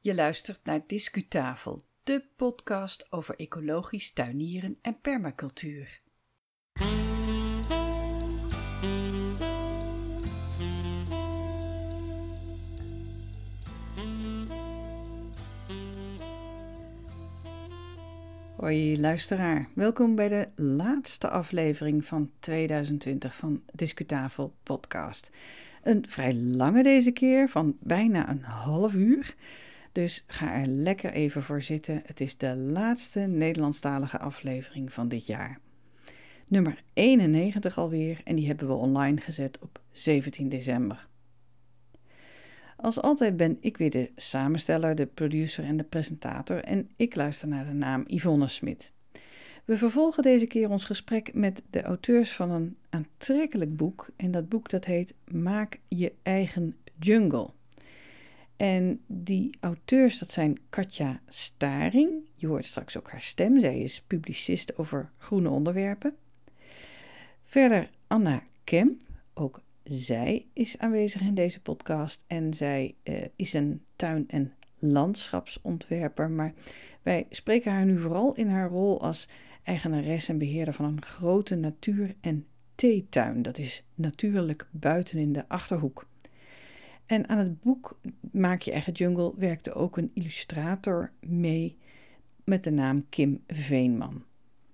Je luistert naar Discutafel, de podcast over ecologisch tuinieren en permacultuur. Hoi luisteraar, welkom bij de laatste aflevering van 2020 van Discutafel podcast. Een vrij lange deze keer, van bijna een half uur. Dus ga er lekker even voor zitten. Het is de laatste Nederlandstalige aflevering van dit jaar. Nummer 91 alweer en die hebben we online gezet op 17 december. Als altijd ben ik weer de samensteller, de producer en de presentator en ik luister naar de naam Yvonne Smit. We vervolgen deze keer ons gesprek met de auteurs van een aantrekkelijk boek en dat boek dat heet Maak je eigen jungle. En die auteurs, dat zijn Katja Staring, je hoort straks ook haar stem, zij is publicist over groene onderwerpen. Verder Anna Kemp, ook zij is aanwezig in deze podcast en zij is een tuin- en landschapsontwerper, maar wij spreken haar nu vooral in haar rol als eigenares en beheerder van een grote natuur- en theetuin. Dat is natuurlijk buiten in de Achterhoek. En aan het boek Maak je eigen jungle werkte ook een illustrator mee met de naam Kim Veenman.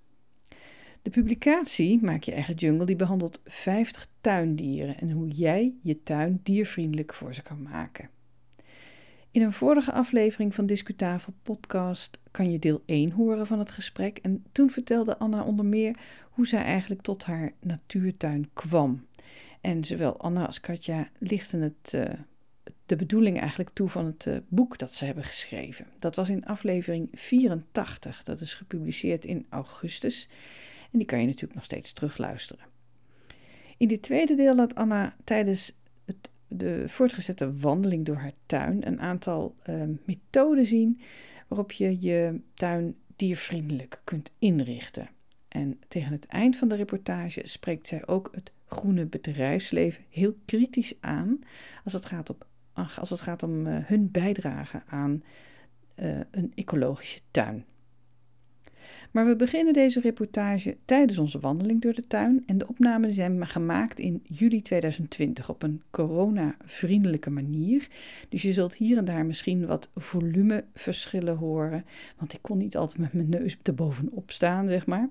De publicatie Maak je eigen jungle die behandelt 50 tuindieren en hoe jij je tuin diervriendelijk voor ze kan maken. In een vorige aflevering van Discutafel podcast kan je deel 1 horen van het gesprek en toen vertelde Anna onder meer hoe zij eigenlijk tot haar natuurtuin kwam. En zowel Anna als Katja lichten de bedoeling eigenlijk toe van het boek dat ze hebben geschreven. Dat was in aflevering 84, dat is gepubliceerd in augustus. En die kan je natuurlijk nog steeds terugluisteren. In dit tweede deel laat Anna tijdens de voortgezette wandeling door haar tuin een aantal methoden zien waarop je je tuin diervriendelijk kunt inrichten. En tegen het eind van de reportage spreekt zij ook het groene bedrijfsleven heel kritisch aan als het gaat om hun bijdrage aan een ecologische tuin. Maar we beginnen deze reportage tijdens onze wandeling door de tuin en de opnamen zijn gemaakt in juli 2020 op een corona-vriendelijke manier. Dus je zult hier en daar misschien wat volumeverschillen horen, want ik kon niet altijd met mijn neus erbovenop staan, zeg maar.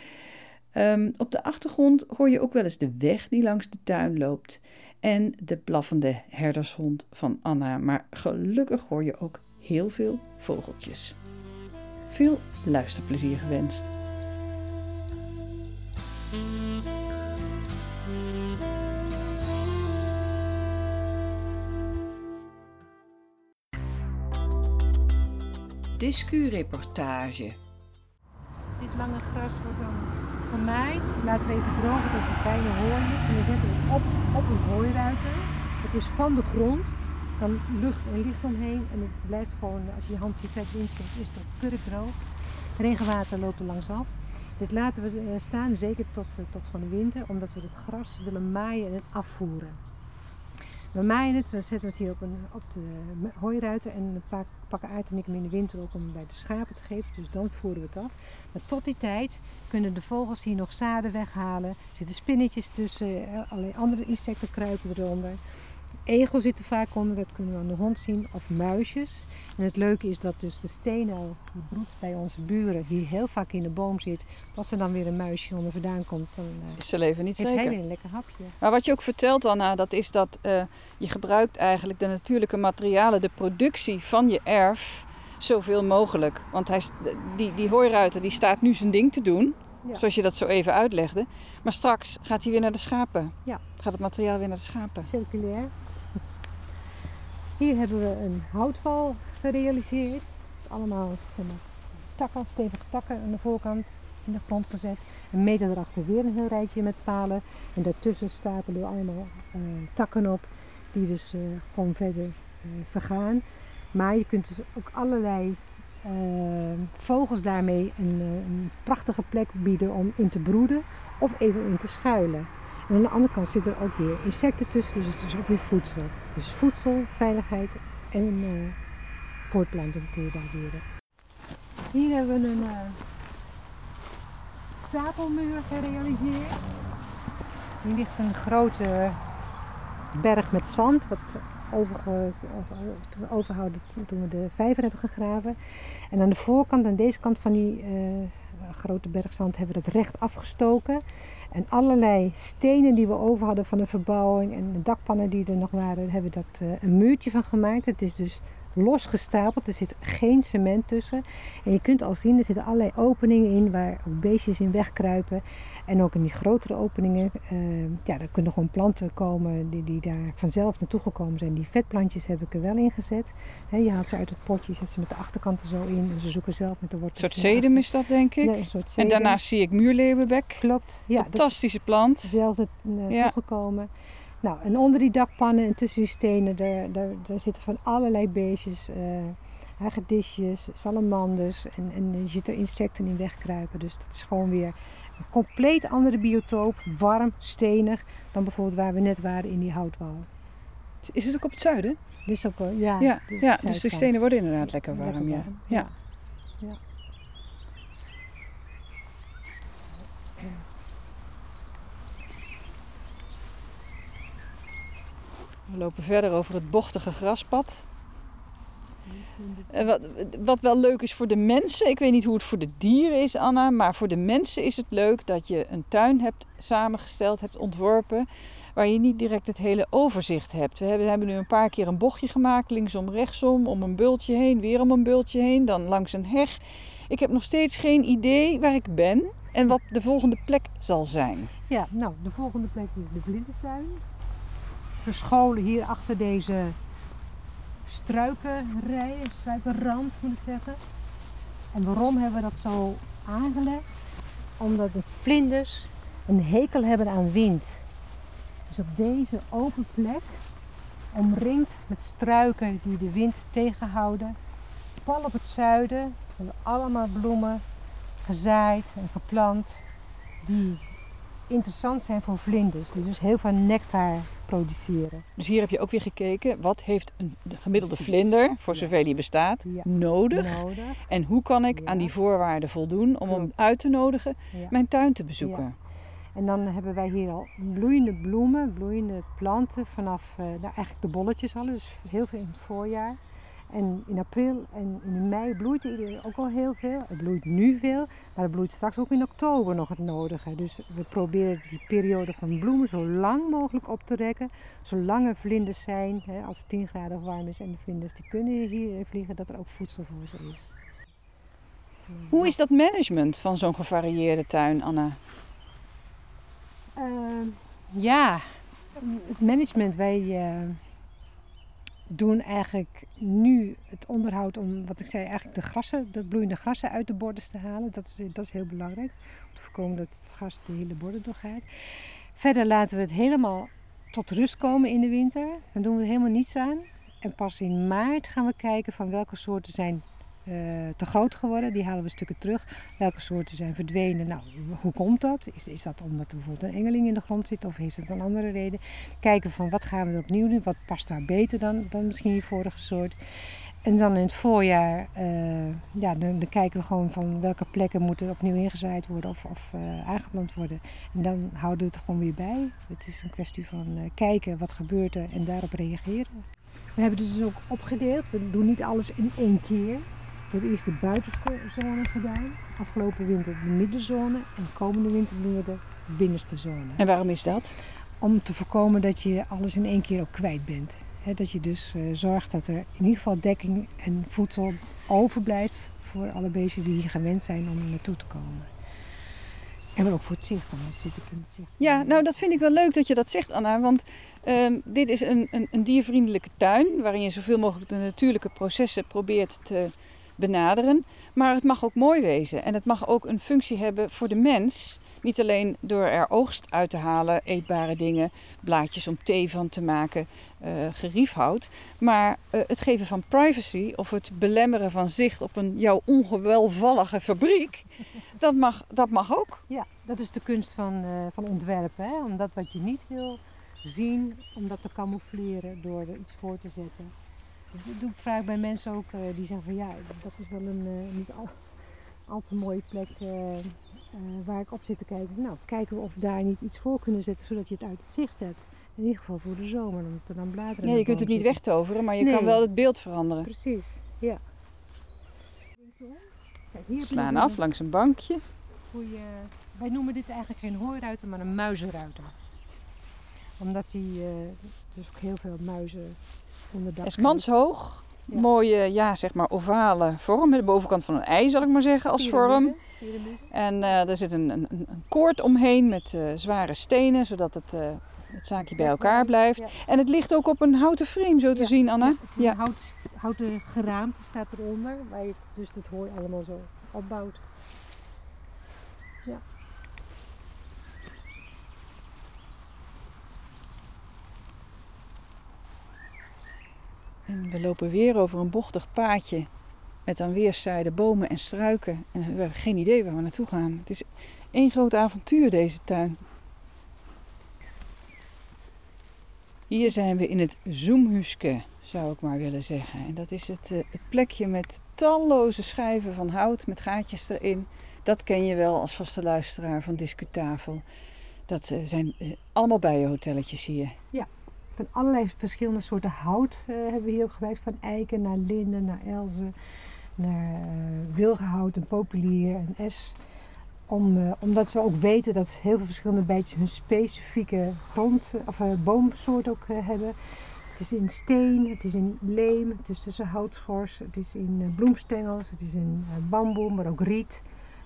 Op de achtergrond hoor je ook wel eens de weg die langs de tuin loopt en de blaffende herdershond van Anna, maar gelukkig hoor je ook heel veel vogeltjes. Veel luisterplezier gewenst. Discu-reportage. Dit lange gras wordt dan gemaaid. Laten we even drogen tot het kleine hooijes. En we zetten het op een hooiruiter. Het is van de grond. Dan lucht en licht omheen. En het blijft gewoon, als je je hand hier verder insteekt, is het kurkdroog. Regenwater loopt er langs af. Dit laten we staan, zeker tot van de winter. Omdat we het gras willen maaien en het afvoeren. We maaien het, we zetten het hier op de hooiruiter en pakken Aart en ik hem in de winter ook om bij de schapen te geven. Dus dan voeren we het af. Maar tot die tijd kunnen de vogels hier nog zaden weghalen. Er zitten spinnetjes tussen, allerlei andere insecten kruipen eronder. Egel zit er vaak onder, dat kunnen we aan de hond zien, of muisjes. En het leuke is dat dus de steenuil, die broedt bij onze buren, hier heel vaak in de boom zit. Als er dan weer een muisje onder vandaan komt, dan Is ze leven niet heeft zeker. hij weer een lekker hapje. Maar wat je ook vertelt, Anna, dat is dat je gebruikt eigenlijk de natuurlijke materialen, de productie van je erf, zoveel mogelijk. Want die hooiruiter die staat nu zijn ding te doen, Ja. zoals je dat zo even uitlegde. Maar straks gaat hij weer naar de schapen. Ja. Gaat het materiaal weer naar de schapen. Circulair. Hier hebben we een houtwal gerealiseerd. Allemaal takken, stevige takken aan de voorkant in de grond gezet. Een meter erachter weer een heel rijtje met palen. En daartussen stapelen we allemaal takken op die dus gewoon verder vergaan. Maar je kunt dus ook allerlei vogels daarmee een prachtige plek bieden om in te broeden of even in te schuilen. En aan de andere kant zitten er ook weer insecten tussen, dus het is ook weer voedsel. Dus voedsel, veiligheid en voortplanting kun je daar weer. Hier hebben we een stapelmuur gerealiseerd. Hier ligt een grote berg met zand, wat overhouden toen we de vijver hebben gegraven. En aan de voorkant, aan deze kant van die grote bergzand, hebben we dat recht afgestoken. En allerlei stenen die we over hadden van de verbouwing en de dakpannen die er nog waren, hebben we dat een muurtje van gemaakt. Het is dus los gestapeld, er zit geen cement tussen. En je kunt al zien, er zitten allerlei openingen in waar ook beestjes in wegkruipen. En ook in die grotere openingen, daar kunnen gewoon planten komen die daar vanzelf naartoe gekomen zijn. Die vetplantjes heb ik er wel in gezet. Je haalt ze uit het potje, zet ze met de achterkant er zo in. En ze zoeken zelf met de wortels. Een soort sedum is dat, denk ik. Ja, een soort sedum. En daarnaast zie ik muurleeuwenbek. Klopt. Ja, fantastische plant. Zelf toegekomen. Nou, en onder die dakpannen en tussen die stenen, daar zitten van allerlei beestjes. Hagedisjes, salamanders en je ziet er insecten in wegkruipen. Dus dat is gewoon weer een compleet andere biotoop, warm, stenig, dan bijvoorbeeld waar we net waren in die houtwal. Is het ook op het zuiden? Dit is ook wel, dus de stenen worden inderdaad lekker warm. Ja. We lopen verder over het bochtige graspad. Wat wel leuk is voor de mensen, ik weet niet hoe het voor de dieren is, Anna, maar voor de mensen is het leuk dat je een tuin hebt samengesteld, hebt ontworpen, waar je niet direct het hele overzicht hebt. We hebben nu een paar keer een bochtje gemaakt, linksom, rechtsom, om een bultje heen, weer om een bultje heen, dan langs een heg. Ik heb nog steeds geen idee waar ik ben en wat de volgende plek zal zijn. Ja, nou, de volgende plek is de Vlindertuin. Verscholen hier achter deze struikenrij, struikenrand moet ik zeggen. En waarom hebben we dat zo aangelegd? Omdat de vlinders een hekel hebben aan wind. Dus op deze open plek, omringd met struiken die de wind tegenhouden, pal op het zuiden, hebben we allemaal bloemen gezaaid en geplant die interessant zijn voor vlinders, die dus heel veel nectar produceren. Dus hier heb je ook weer gekeken, wat heeft een gemiddelde vlinder, voor zover die bestaat, nodig? En hoe kan ik aan die voorwaarden voldoen om hem uit te nodigen mijn tuin te bezoeken? Ja. En dan hebben wij hier al bloeiende bloemen, bloeiende planten vanaf eigenlijk de bolletjes al, dus heel veel in het voorjaar. En in april en in mei bloeit er ook al heel veel. Het bloeit nu veel, maar het bloeit straks ook in oktober nog het nodige. Dus we proberen die periode van bloemen zo lang mogelijk op te rekken. Zolang er vlinders zijn, als het 10 graden warm is en de vlinders die kunnen hier vliegen, dat er ook voedsel voor ze is. Hoe is dat management van zo'n gevarieerde tuin, Anna? Het management, wij doen eigenlijk nu het onderhoud om, wat ik zei, eigenlijk de bloeiende grassen uit de borders te halen. Dat is heel belangrijk, om te voorkomen dat het gras de hele borden doorgaat. Verder laten we het helemaal tot rust komen in de winter. Dan doen we er helemaal niets aan. En pas in maart gaan we kijken van welke soorten zijn te groot geworden. Die halen we stukken terug. Welke soorten zijn verdwenen? Nou, hoe komt dat? Is dat omdat er bijvoorbeeld een engeling in de grond zit of is het een andere reden? Kijken van wat gaan we er opnieuw doen? Wat past daar beter dan misschien die vorige soort? En dan in het voorjaar dan kijken we gewoon van welke plekken moeten opnieuw ingezaaid worden of aangeplant worden. En dan houden we het er gewoon weer bij. Het is een kwestie van kijken wat gebeurt er en daarop reageren. We hebben het dus ook opgedeeld. We doen niet alles in één keer. We hebben eerst de buitenste zone gedaan. Afgelopen winter de middenzone. En komende winter doen we de binnenste zone. En waarom is dat? Om te voorkomen dat je alles in één keer ook kwijt bent. Dat je dus zorgt dat er in ieder geval dekking en voedsel overblijft voor alle beesten die hier gewend zijn om naartoe te komen. En ook voor het zicht, dan zit ik in het zicht. Ja, nou dat vind ik wel leuk dat je dat zegt, Anna. Want dit is een diervriendelijke tuin waarin je zoveel mogelijk de natuurlijke processen probeert te benaderen. Maar het mag ook mooi wezen en het mag ook een functie hebben voor de mens. Niet alleen door er oogst uit te halen, eetbare dingen, blaadjes om thee van te maken, geriefhout. Maar het geven van privacy of het belemmeren van zicht op jouw ongewelvallige fabriek, dat mag ook. Ja, dat is de kunst van ontwerpen. Hè? Om dat wat je niet wil zien, om dat te camoufleren door er iets voor te zetten. Dat doe ik vaak bij mensen ook die zeggen van ja, dat is wel een niet al te mooie plek waar ik op zit te kijken. Nou, kijken we of we daar niet iets voor kunnen zetten zodat je het uit het zicht hebt. In ieder geval voor de zomer, omdat er dan bladeren in Ja, de je kunt boom het niet zitten. wegtoveren, maar je kan wel het beeld veranderen. Precies, ja. Kijk, hier Slaan af langs een bankje. Wij noemen dit eigenlijk geen hooiruiter, maar een muizenruiter. Omdat die dus ook heel veel muizen onder dak Het is manshoog. Ja. Mooie, zeg maar ovale vorm. De bovenkant van een ei, zal ik maar zeggen, als vorm. Piramide. En er zit een koord omheen met zware stenen, zodat het zaakje bij elkaar blijft. Ja. En het ligt ook op een houten frame, zo te zien, Anna. Ja, het is een houten geraamte staat eronder, waar je dus het hooi allemaal zo opbouwt. Ja. En we lopen weer over een bochtig paadje met aan weerszijden bomen en struiken. En we hebben geen idee waar we naartoe gaan. Het is één groot avontuur, deze tuin. Hier zijn we in het Zoemhuske, zou ik maar willen zeggen. En dat is het plekje met talloze schijven van hout met gaatjes erin. Dat ken je wel als vaste luisteraar van Discutafel. Dat zijn allemaal bijenhotelletjes hier. Ja, van allerlei verschillende soorten hout hebben we hier ook gebruikt. Van eiken naar linden, naar elzen, naar wilgenhout, een populier, een es. Omdat we ook weten dat heel veel verschillende bijtjes hun specifieke boomsoort ook hebben. Het is in steen, het is in leem, het is tussen houtschors, het is in bloemstengels, het is in bamboe, maar ook riet.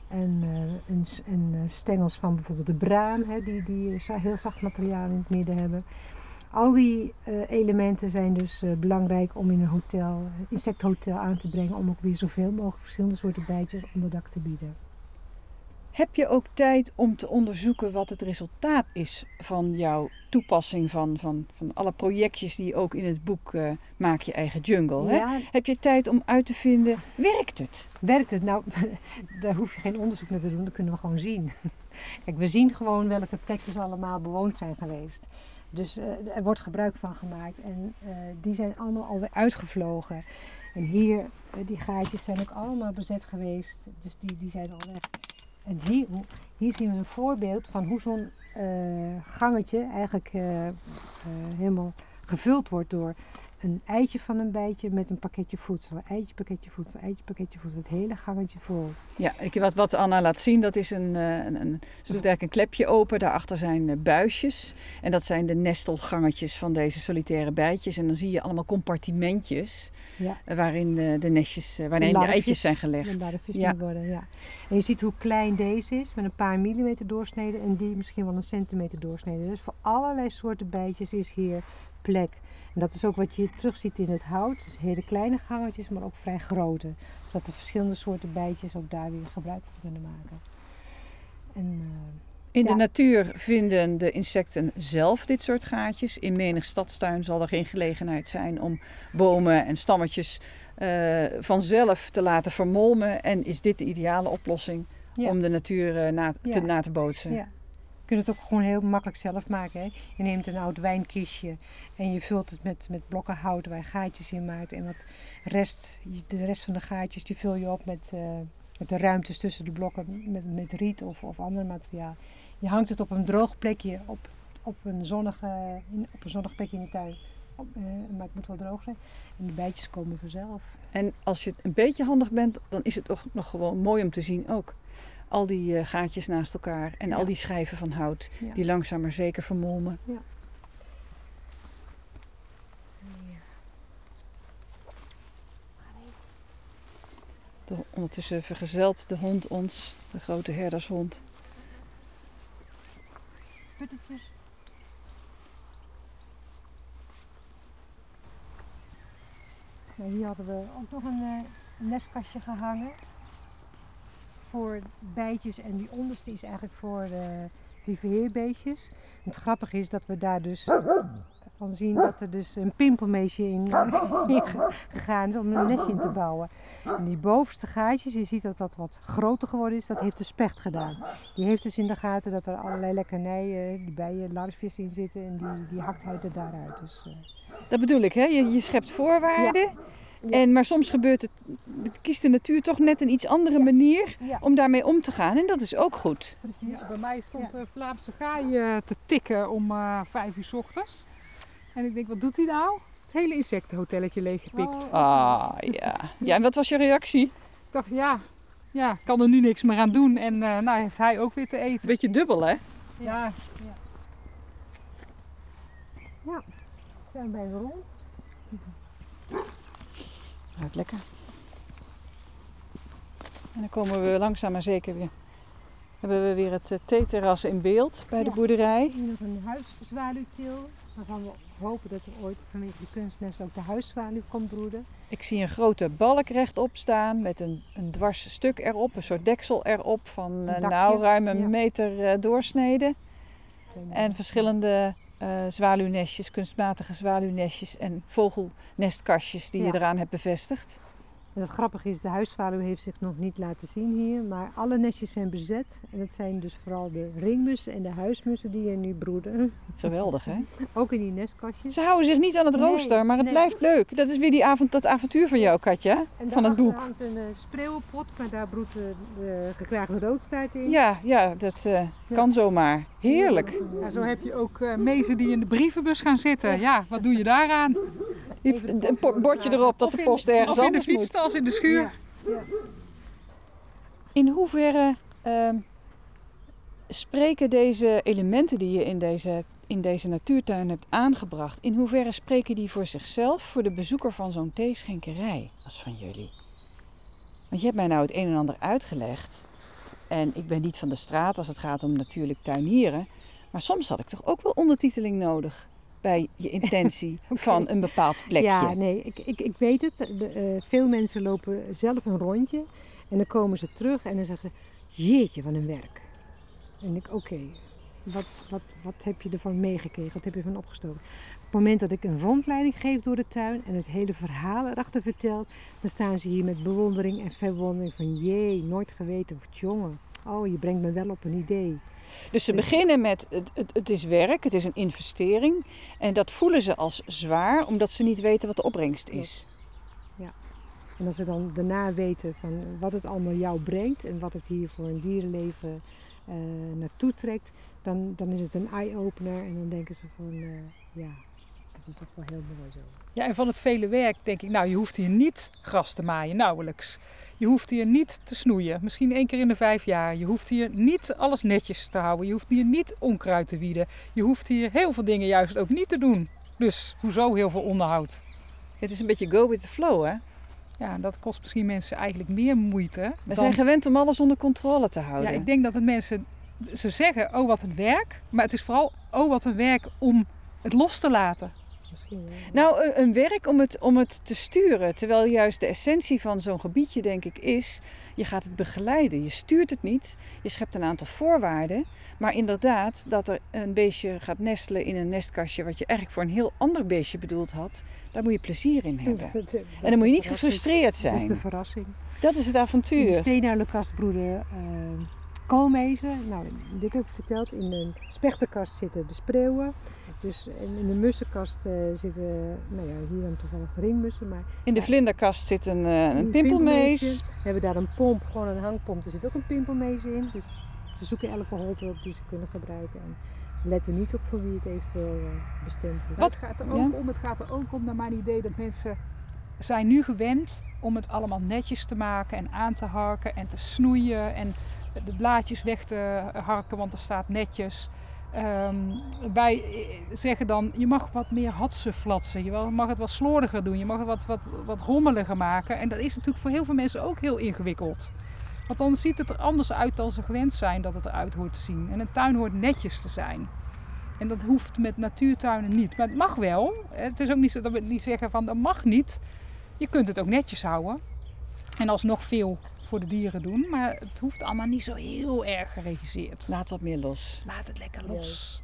En stengels van bijvoorbeeld de braam, die heel zacht materiaal in het midden hebben. Al die elementen zijn dus belangrijk om in een insecthotel aan te brengen. Om ook weer zoveel mogelijk verschillende soorten bijtjes onderdak te bieden. Heb je ook tijd om te onderzoeken wat het resultaat is van jouw toepassing van alle projectjes die je ook in het boek Maak je eigen jungle? Hè? Ja. Heb je tijd om uit te vinden, werkt het? Werkt het? Nou, daar hoef je geen onderzoek naar te doen, dat kunnen we gewoon zien. Kijk, we zien gewoon welke plekjes allemaal bewoond zijn geweest. Dus er wordt gebruik van gemaakt en die zijn allemaal alweer uitgevlogen. En hier, die gaatjes zijn ook allemaal bezet geweest, dus die zijn al weg. En hier zien we een voorbeeld van hoe zo'n gangetje eigenlijk helemaal gevuld wordt door een eitje van een bijtje met een pakketje voedsel. Eitje, pakketje voedsel, eitje, pakketje voedsel. Het hele gangetje vol. Ja, wat Anna laat zien, dat is ze doet eigenlijk een klepje open. Daarachter zijn buisjes. En dat zijn de nestelgangetjes van deze solitaire bijtjes. En dan zie je allemaal compartimentjes waarin waarin de eitjes zijn gelegd. De larfjes moeten worden, ja. En je ziet hoe klein deze is, met een paar millimeter doorsnede en die misschien wel een centimeter doorsnede. Dus voor allerlei soorten bijtjes is hier plek. En dat is ook wat je terug ziet in het hout. Dus hele kleine gangetjes, maar ook vrij grote. Zodat er verschillende soorten bijtjes ook daar weer gebruik van kunnen maken. In de natuur vinden de insecten zelf dit soort gaatjes. In menig stadstuin zal er geen gelegenheid zijn om bomen en stammetjes vanzelf te laten vermolmen. En is dit de ideale oplossing om de natuur na te bootsen? Ja. Je kunt het ook gewoon heel makkelijk zelf maken. Hè? Je neemt een oud wijnkistje en je vult het met blokken hout waar je gaatjes in maakt. En de rest van de gaatjes die vul je op met de ruimtes tussen de blokken met riet of ander materiaal. Je hangt het op een droog plekje, op een zonnig plekje in de tuin. Maar het moet wel droog zijn. En de bijtjes komen vanzelf. En als je een beetje handig bent, dan is het toch nog gewoon mooi om te zien ook. Al die gaatjes naast elkaar en al die schijven van hout die langzaam maar zeker vermolmen. Ja. Ondertussen vergezelt de hond ons, de grote herdershond. Puttetjes. Nou, hier hadden we ook nog een nestkastje gehangen voor bijtjes en die onderste is eigenlijk voor die verheerbeestjes. Het grappige is dat we daar dus van zien dat er dus een pimpelmeesje in gegaan is om een nestje in te bouwen. En die bovenste gaatjes, je ziet dat dat wat groter geworden is, dat heeft de specht gedaan. Die heeft dus in de gaten dat er allerlei lekkernijen, die bijen, larfjes in zitten en die hakt hij er daaruit. Dus Dat bedoel ik, hè? Je schept voorwaarden. Ja. Maar soms gebeurt het, kiest de natuur toch net een iets andere manier om daarmee om te gaan. En dat is ook goed. Ja, bij mij stond de Vlaamse gaai te tikken om 5 uur 's ochtends. En ik denk, wat doet hij nou? Het hele insectenhotelletje leeggepikt. Ja, en wat was je reactie? Ik dacht, ik kan er nu niks meer aan doen. En nou heeft hij ook weer te eten. Beetje dubbel, hè? Ja. Ja, zijn we bijna rond. Ruikt lekker. En dan komen we langzaam maar zeker weer. Hebben we weer het theeterras in beeld bij de boerderij. Hier nog een huiszwaluwtil. Waarvan we hopen dat er ooit vanwege de kunstnest ook de huiszwaluw komt broeden. Ik zie een grote balk rechtop staan met een dwars stuk erop. Een soort deksel erop van ruim een meter doorsnede. En verschillende zwaluwnestjes, kunstmatige zwaluwnestjes en vogelnestkastjes die je eraan hebt bevestigd. En het grappige is, de huiszwaluw heeft zich nog niet laten zien hier, maar alle nestjes zijn bezet. En dat zijn dus vooral de ringmussen en de huismussen die hier nu broeden. Geweldig, hè? Ook in die nestkastjes. Ze houden zich niet aan het rooster, maar het blijft leuk. Dat is weer dat avontuur van jou, Katja, van het boek. Er hangt een spreeuwenpot, maar daar broedt de gekraagde roodstaart in. Ja, dat kan zomaar. Heerlijk. Ja, zo heb je ook mezen die in de brievenbus gaan zitten. Ja, wat doe je daaraan? Een bordje erop dat de post ergens anders moet. Of in de fietstas in de schuur. Ja. In hoeverre spreken deze elementen die je in deze natuurtuin hebt aangebracht, in hoeverre spreken die voor zichzelf, voor de bezoeker van zo'n theeschenkerij als van jullie? Want je hebt mij nou het een en ander uitgelegd. En ik ben niet van de straat als het gaat om natuurlijk tuinieren. Maar soms had ik toch ook wel ondertiteling nodig bij je intentie van een bepaald plekje. Ja, nee, ik weet het. Veel mensen lopen zelf een rondje en dan komen ze terug en dan zeggen jeetje, wat een werk. En ik oké, wat heb je ervan meegekregen? Wat heb je ervan opgestoken? Op het moment dat ik een rondleiding geef door de tuin en het hele verhaal erachter vertel, dan staan ze hier met bewondering en verwondering van jee, nooit geweten of jongen. Oh, je brengt me wel op een idee. Dus ze beginnen met het is werk, het is een investering. En dat voelen ze als zwaar, omdat ze niet weten wat de opbrengst is. Ja. En als ze dan daarna weten van wat het allemaal jou brengt en wat het hier voor een dierenleven naartoe trekt, dan is het een eye-opener en dan denken ze van dat is toch wel heel mooi zo. Ja, en van het vele werk denk ik, nou je hoeft hier niet gras te maaien, nauwelijks. Je hoeft hier niet te snoeien, misschien 1 keer in de 5 jaar. Je hoeft hier niet alles netjes te houden. Je hoeft hier niet onkruid te wieden. Je hoeft hier heel veel dingen juist ook niet te doen. Dus hoezo heel veel onderhoud? Het is een beetje go with the flow, hè? Ja, dat kost misschien mensen eigenlijk meer moeite. We zijn gewend om alles onder controle te houden. Ja, ik denk dat het mensen, ze zeggen, oh wat een werk. Maar het is vooral, oh wat een werk om het los te laten. Misschien wel. Nou, een werk om het te sturen. Terwijl juist de essentie van zo'n gebiedje, denk ik, is, je gaat het begeleiden. Je stuurt het niet. Je schept een aantal voorwaarden. Maar inderdaad, dat er een beestje gaat nestelen in een nestkastje, wat je eigenlijk voor een heel ander beestje bedoeld had, daar moet je plezier in hebben. En dan moet je niet gefrustreerd zijn. Dat is de verrassing. Dat is het In avontuur. de steenuilenkast broeden koolmezen. Nou, dit heb ik verteld. In een spechterkast zitten de spreeuwen. Dus in de mussenkast zitten, hier dan toevallig ringmussen. Maar In de vlinderkast zit een pimpelmees. We hebben daar een pomp, gewoon een hangpomp. Er zit ook een pimpelmees in. Dus ze zoeken elke holte op die ze kunnen gebruiken. En letten niet op voor wie het eventueel bestemd is. Het gaat er ook om, het gaat er ook om, naar mijn idee, dat mensen zijn nu gewend om het allemaal netjes te maken en aan te harken en te snoeien en de blaadjes weg te harken, want er staat netjes. Wij zeggen dan, je mag wat meer hatsenflatsen, je mag het wat slordiger doen, je mag het wat rommeliger maken. En dat is natuurlijk voor heel veel mensen ook heel ingewikkeld. Want dan ziet het er anders uit dan ze gewend zijn dat het eruit hoort te zien. En een tuin hoort netjes te zijn. En dat hoeft met natuurtuinen niet. Maar het mag wel. Het is ook niet zo dat we niet zeggen van dat mag niet. Je kunt het ook netjes houden. En alsnog veel voor de dieren doen. Maar het hoeft allemaal niet zo heel erg geregisseerd. Laat wat meer los. Laat het lekker los.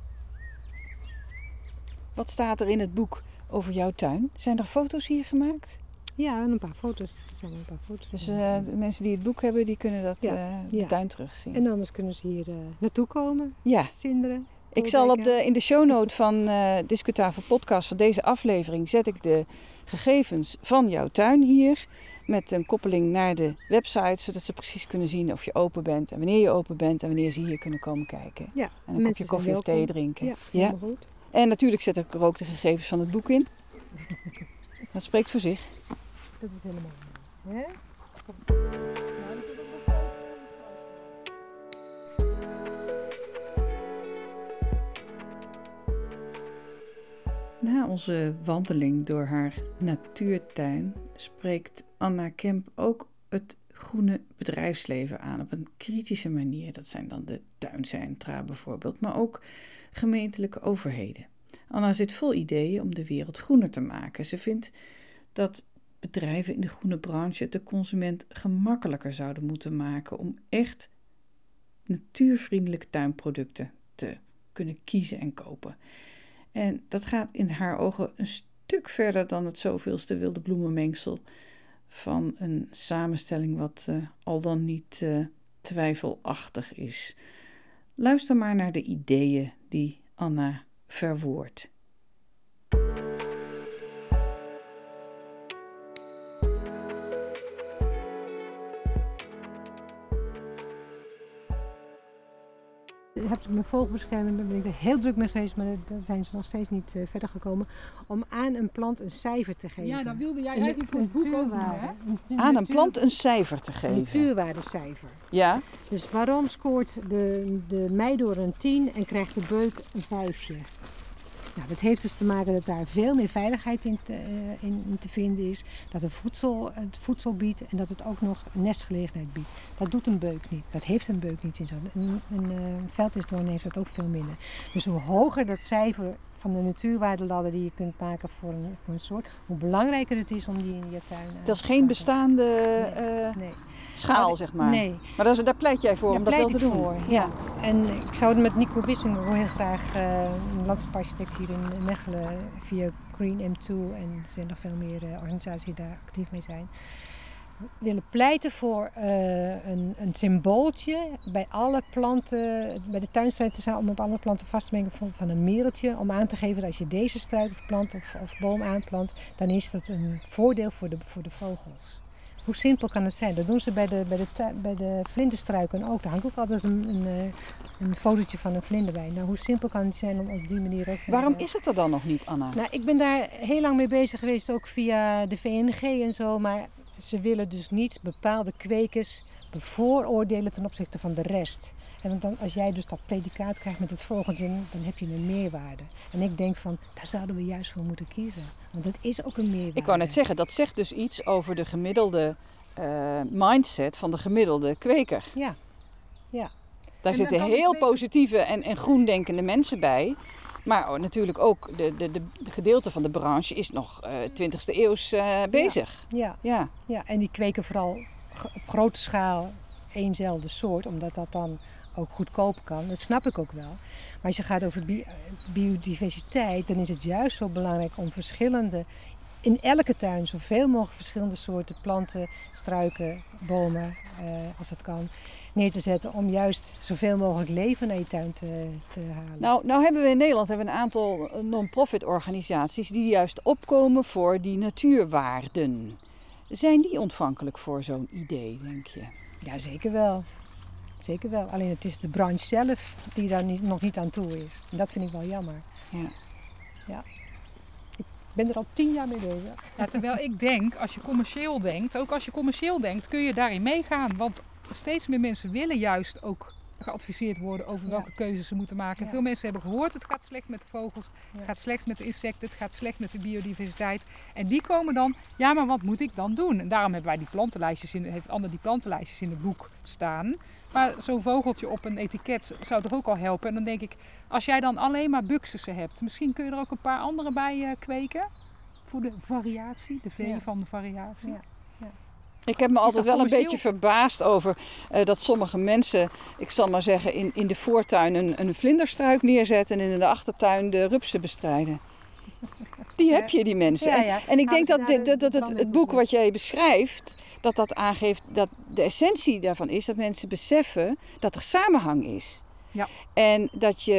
Wat staat er in het boek over jouw tuin? Zijn er foto's hier gemaakt? Ja, een paar foto's. Er zijn een paar foto's. Dus de mensen die het boek hebben, die kunnen dat de tuin terugzien. En anders kunnen ze hier naartoe komen, Ja, zinderen. Ik zal in de shownote van Discutafel podcast van deze aflevering zet ik de gegevens van jouw tuin hier. Met een koppeling naar de website, zodat ze precies kunnen zien of je open bent en wanneer je open bent en wanneer ze hier kunnen komen kijken. Ja, en een kopje koffie of thee drinken. Ja, helemaal goed. En natuurlijk zet ik er ook de gegevens van het boek in. Dat spreekt voor zich. Dat is helemaal mooi. Hè? Na onze wandeling door haar natuurtuin spreekt Anna Kemp ook het groene bedrijfsleven aan op een kritische manier. Dat zijn dan de tuincentra bijvoorbeeld, maar ook gemeentelijke overheden. Anna zit vol ideeën om de wereld groener te maken. Ze vindt dat bedrijven in de groene branche het de consument gemakkelijker zouden moeten maken om echt natuurvriendelijke tuinproducten te kunnen kiezen en kopen. En dat gaat in haar ogen een stuk verder dan het zoveelste wilde bloemenmengsel van een samenstelling wat al dan niet twijfelachtig is. Luister maar naar de ideeën die Anna verwoordt. Heb ik mijn vogelbescherming, daar ben ik er heel druk mee geweest, maar daar zijn ze nog steeds niet verder gekomen. Om aan een plant een cijfer te geven. Ja, dat wilde jij eigenlijk voor het boek ook doen, hè? Aan een plant een cijfer te geven. Een natuurwaardecijfer. Ja. Dus waarom scoort de meidoor een 10 en krijgt de beuk een 5? Nou, dat heeft dus te maken dat daar veel meer veiligheid in te vinden is. Dat het voedsel biedt en dat het ook nog nestgelegenheid biedt. Dat doet een beuk niet. Dat heeft een beuk niet in zo'n. Een veldjesdoorn heeft dat ook veel minder. Dus hoe hoger dat cijfer van de natuurwaardeladder die je kunt maken voor een soort, hoe belangrijker het is om die in je tuin Dat is geen bestaande schaal, zeg maar. Nee. Maar daar pleit jij voor om dat wel te doen. Voor, ja. En ik zou het met Nico Wissingo heel graag, een landschaparchitect hier in Mechelen, via Green M2 en er zijn nog veel meer organisaties die daar actief mee zijn, willen pleiten voor een symbooltje bij alle planten, bij de tuinstrijd te zijn, om op alle planten vast te mengen van een mereltje, om aan te geven dat als je deze struik of plant of boom aanplant, dan is dat een voordeel voor de vogels. Hoe simpel kan het zijn? Dat doen ze bij de vlinderstruiken ook. Daar hangt ook altijd een fotootje van een vlinder bij. Nou, hoe simpel kan het zijn om op die manier ook... Waarom is het er dan nog niet, Anna? Nou, ik ben daar heel lang mee bezig geweest, ook via de VNG en zo. Maar ze willen dus niet bepaalde kwekers bevooroordelen ten opzichte van de rest. En dan, als jij dus dat predicaat krijgt met het vogeltje, dan heb je een meerwaarde. En ik denk van, daar zouden we juist voor moeten kiezen. Want het is ook een meerwaarde. Ik wou net zeggen, dat zegt dus iets over de gemiddelde mindset van de gemiddelde kweker. Ja. Daar zitten heel positieve en groendenkende mensen bij. Maar natuurlijk ook de gedeelte van de branche is nog 20e eeuws bezig. Ja, en die kweken vooral op grote schaal éénzelfde soort, omdat dat dan ook goedkoop kan. Dat snap ik ook wel. Maar als je gaat over biodiversiteit, dan is het juist zo belangrijk om in elke tuin zoveel mogelijk verschillende soorten planten, struiken, bomen, als het kan, neer te zetten om juist zoveel mogelijk leven naar je tuin te halen. Nou hebben we in Nederland een aantal non-profit organisaties die juist opkomen voor die natuurwaarden. Zijn die ontvankelijk voor zo'n idee, denk je? Ja, zeker wel. Zeker wel. Alleen het is de branche zelf die daar nog niet aan toe is. En dat vind ik wel jammer. Ja. Ik ben er al 10 jaar mee bezig. Ja, terwijl ik denk, als je commercieel denkt, kun je daarin meegaan. Want steeds meer mensen willen juist ook geadviseerd worden over welke keuzes ze moeten maken. Ja. Veel mensen hebben gehoord, het gaat slecht met de vogels, het gaat slecht met de insecten, het gaat slecht met de biodiversiteit. En die komen dan, ja, maar wat moet ik dan doen? En daarom hebben wij heeft Anne die plantenlijstjes in het boek staan. Maar zo'n vogeltje op een etiket zou toch ook al helpen. En dan denk ik, als jij dan alleen maar buxussen hebt, misschien kun je er ook een paar andere bij kweken. Voor de variatie, de V van de variatie. Ja. Ik heb me altijd wel een beetje verbaasd over dat sommige mensen, ik zal maar zeggen, in de voortuin een vlinderstruik neerzetten en in de achtertuin de rupsen bestrijden. Die heb je, die mensen. Ja. En ik denk dat het boek wat jij beschrijft, dat aangeeft dat de essentie daarvan is dat mensen beseffen dat er samenhang is. Ja. En dat je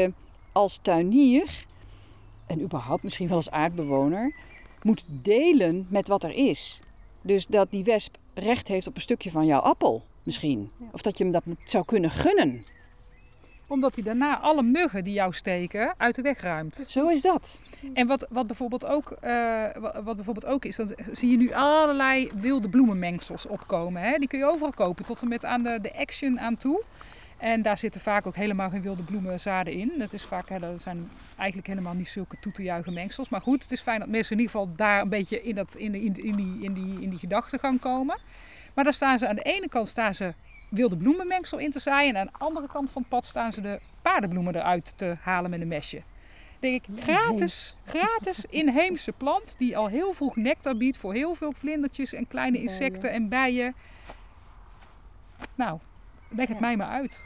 als tuinier, en überhaupt misschien wel als aardbewoner, moet delen met wat er is. Dus dat die wesp recht heeft op een stukje van jouw appel misschien. Ja. Of dat je hem dat zou kunnen gunnen. Omdat hij daarna alle muggen die jou steken uit de weg ruimt. Zo is dat. En wat bijvoorbeeld ook is, dan zie je nu allerlei wilde bloemenmengsels opkomen. Hè? Die kun je overal kopen, tot en met aan de Action aan toe. En daar zitten vaak ook helemaal geen wilde bloemenzaden in. Dat zijn eigenlijk helemaal niet zulke toe te juichen mengsels. Maar goed, het is fijn dat mensen in ieder geval daar een beetje in die gedachtegang komen. Maar dan staan ze aan de ene kant wilde bloemenmengsel in te zaaien. En aan de andere kant van het pad staan ze de paardenbloemen eruit te halen met een mesje. Denk ik, gratis inheemse plant die al heel vroeg nectar biedt voor heel veel vlindertjes en kleine insecten en bijen. Nou, leg het mij maar uit.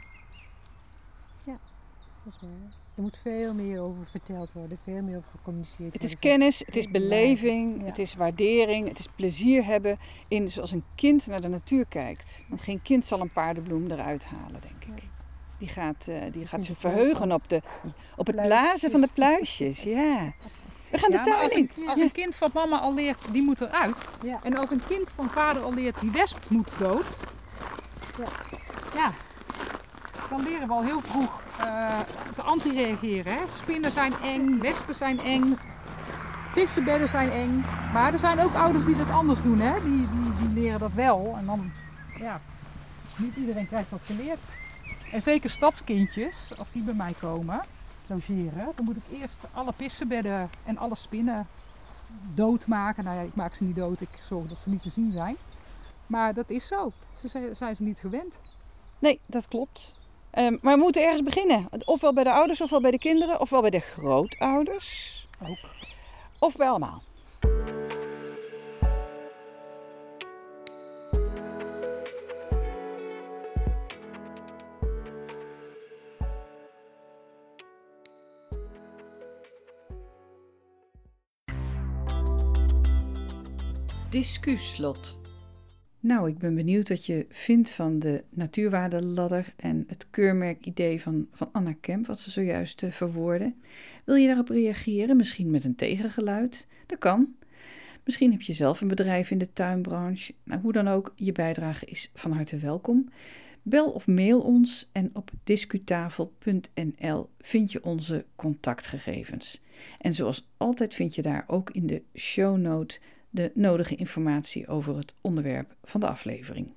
Dat is waar. Er moet veel meer over verteld worden, veel meer over gecommuniceerd worden. Het is kennis, het is beleving, Ja. het is waardering, het is plezier hebben in zoals een kind naar de natuur kijkt. Want geen kind zal een paardenbloem eruit halen, denk ik. Die gaat zich verheugen op het blazen van de pluisjes. Ja. We gaan de tuin in. Als een kind van mama al leert, die moet eruit. Ja. En als een kind van vader al leert, die wesp moet dood. Ja. Dan leren we al heel vroeg te anti-reageren. Hè? Spinnen zijn eng, wespen zijn eng, pissenbedden zijn eng. Maar er zijn ook ouders die dat anders doen. Hè? Die leren dat wel. En dan, niet iedereen krijgt dat geleerd. En zeker stadskindjes, als die bij mij komen logeren, dan moet ik eerst alle pissenbedden en alle spinnen doodmaken. Nou ja, ik maak ze niet dood, ik zorg dat ze niet te zien zijn. Maar dat is zo. Zijn ze niet gewend. Nee, dat klopt. Maar we moeten ergens beginnen. Ofwel bij de ouders, ofwel bij de kinderen, ofwel bij de grootouders. Ook. Of bij allemaal. Discuslot. Nou, ik ben benieuwd wat je vindt van de natuurwaardeladder en het keurmerkidee van Anna Kemp, wat ze zojuist verwoordde. Wil je daarop reageren? Misschien met een tegengeluid? Dat kan. Misschien heb je zelf een bedrijf in de tuinbranche. Nou, hoe dan ook, je bijdrage is van harte welkom. Bel of mail ons en op discutafel.nl vind je onze contactgegevens. En zoals altijd vind je daar ook in de shownote de nodige informatie over het onderwerp van de aflevering.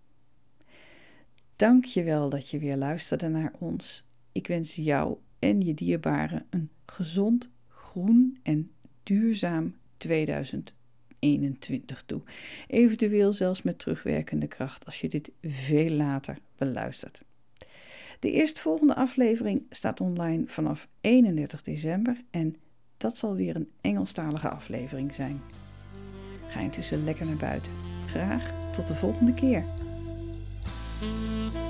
Dank je wel dat je weer luisterde naar ons. Ik wens jou en je dierbaren een gezond, groen en duurzaam 2021 toe. Eventueel zelfs met terugwerkende kracht als je dit veel later beluistert. De eerstvolgende aflevering staat online vanaf 31 december en dat zal weer een Engelstalige aflevering zijn. Ga intussen lekker naar buiten. Graag tot de volgende keer.